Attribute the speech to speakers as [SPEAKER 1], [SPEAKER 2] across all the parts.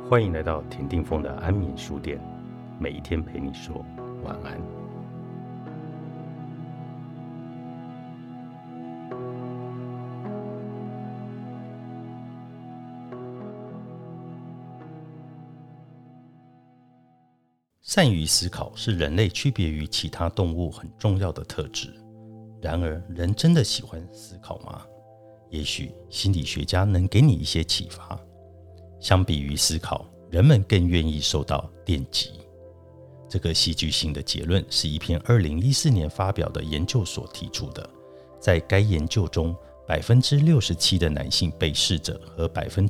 [SPEAKER 1] 欢迎来到田定峰的安眠书店，每一天陪你说晚安。善于思考是人类区别于其他动物很重要的特质。然而，人真的喜欢思考吗？也许心理学家能给你一些启发。相比于思考，人们更愿意受到电击。这个戏剧性的结论是一篇2014年发表的研究所提出的。在该研究中，67%的男性被试者和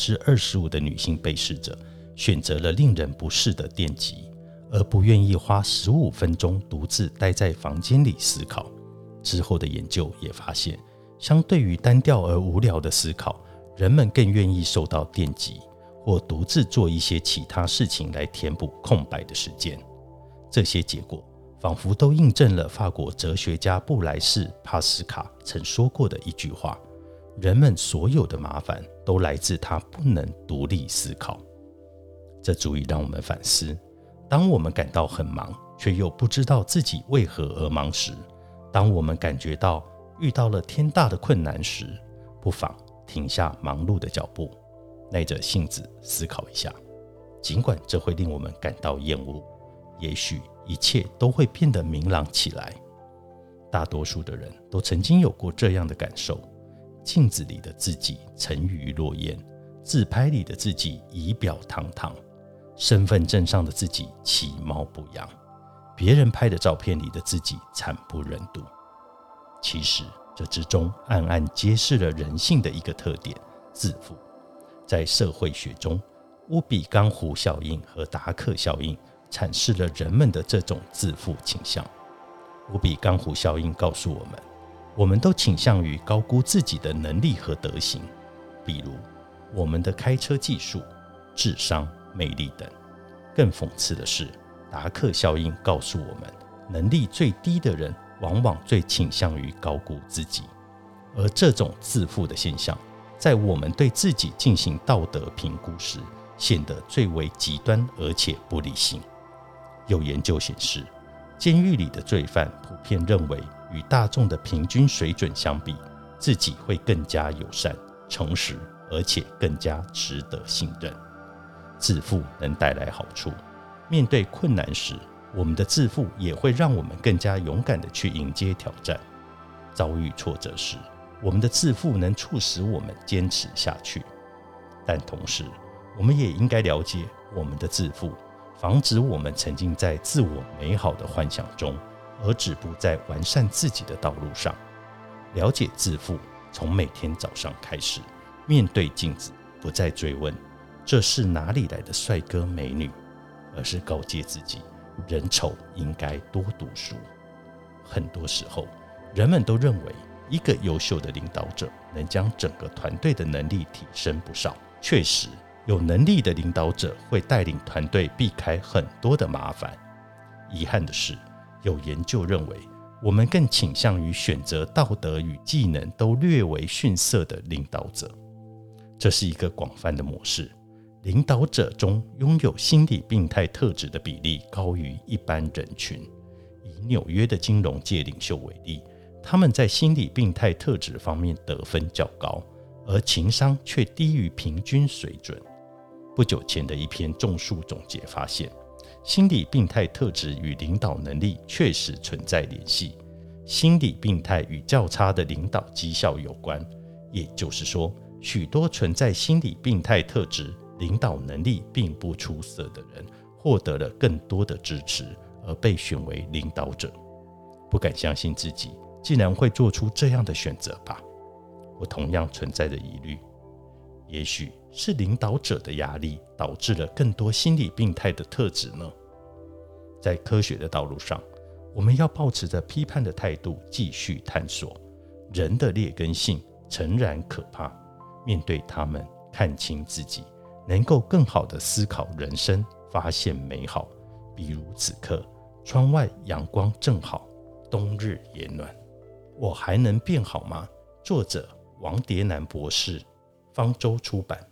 [SPEAKER 1] 25%的女性被试者选择了令人不适的电击，而不愿意花15分钟独自待在房间里思考。之后的研究也发现，相对于单调而无聊的思考，人们更愿意受到电击，或独自做一些其他事情来填补空白的时间。这些结果仿佛都印证了法国哲学家布莱士·帕斯卡曾说过的一句话：人们所有的麻烦都来自他不能独立思考。这足以让我们反思，当我们感到很忙，却又不知道自己为何而忙时，当我们感觉到遇到了天大的困难时，不妨停下忙碌的脚步，耐着性子思考一下。尽管这会令我们感到厌恶，也许一切都会变得明朗起来。大多数的人都曾经有过这样的感受：镜子里的自己沉鱼落雁，自拍里的自己仪表堂堂，身份证上的自己其貌不扬，别人拍的照片里的自己惨不忍睹。其实这之中暗暗揭示了人性的一个特点：自负。在社会学中，乌比冈湖效应和达克效应阐释了人们的这种自负倾向。乌比冈湖效应告诉我们都倾向于高估自己的能力和德行，比如我们的开车技术、智商、魅力等。更讽刺的是，达克效应告诉我们，能力最低的人往往最倾向于高估自己，而这种自负的现象，在我们对自己进行道德评估时，显得最为极端而且不理性。有研究显示，监狱里的罪犯普遍认为，与大众的平均水准相比，自己会更加友善、诚实，而且更加值得信任。自负能带来好处，面对困难时，我们的自负也会让我们更加勇敢地去迎接挑战。遭遇挫折时，我们的自负能促使我们坚持下去。但同时，我们也应该了解，我们的自负防止我们沉浸在自我美好的幻想中，而止步在完善自己的道路上。了解自负，从每天早上开始，面对镜子，不再追问这是哪里来的帅哥美女，而是告诫自己，人丑应该多读书。很多时候，人们都认为一个优秀的领导者能将整个团队的能力提升不少。确实，有能力的领导者会带领团队避开很多的麻烦。遗憾的是，有研究认为，我们更倾向于选择道德与技能都略为逊色的领导者。这是一个广泛的模式。领导者中拥有心理病态特质的比例高于一般人群。以纽约的金融界领袖为例，他们在心理病态特质方面得分较高，而情商却低于平均水准。不久前的一篇综述总结发现，心理病态特质与领导能力确实存在联系。心理病态与较差的领导绩效有关，也就是说，许多存在心理病态特质、领导能力并不出色的人，获得了更多的支持，而被选为领导者。不敢相信自己竟然会做出这样的选择吧？我同样存在着疑虑。也许是领导者的压力导致了更多心理病态的特质呢？在科学的道路上，我们要抱持着批判的态度继续探索。人的劣根性诚然可怕，面对他们，看清自己，能够更好地思考人生，发现美好。比如此刻，窗外阳光正好，冬日也暖。我还能变好吗？作者王蝶南博士，方舟出版。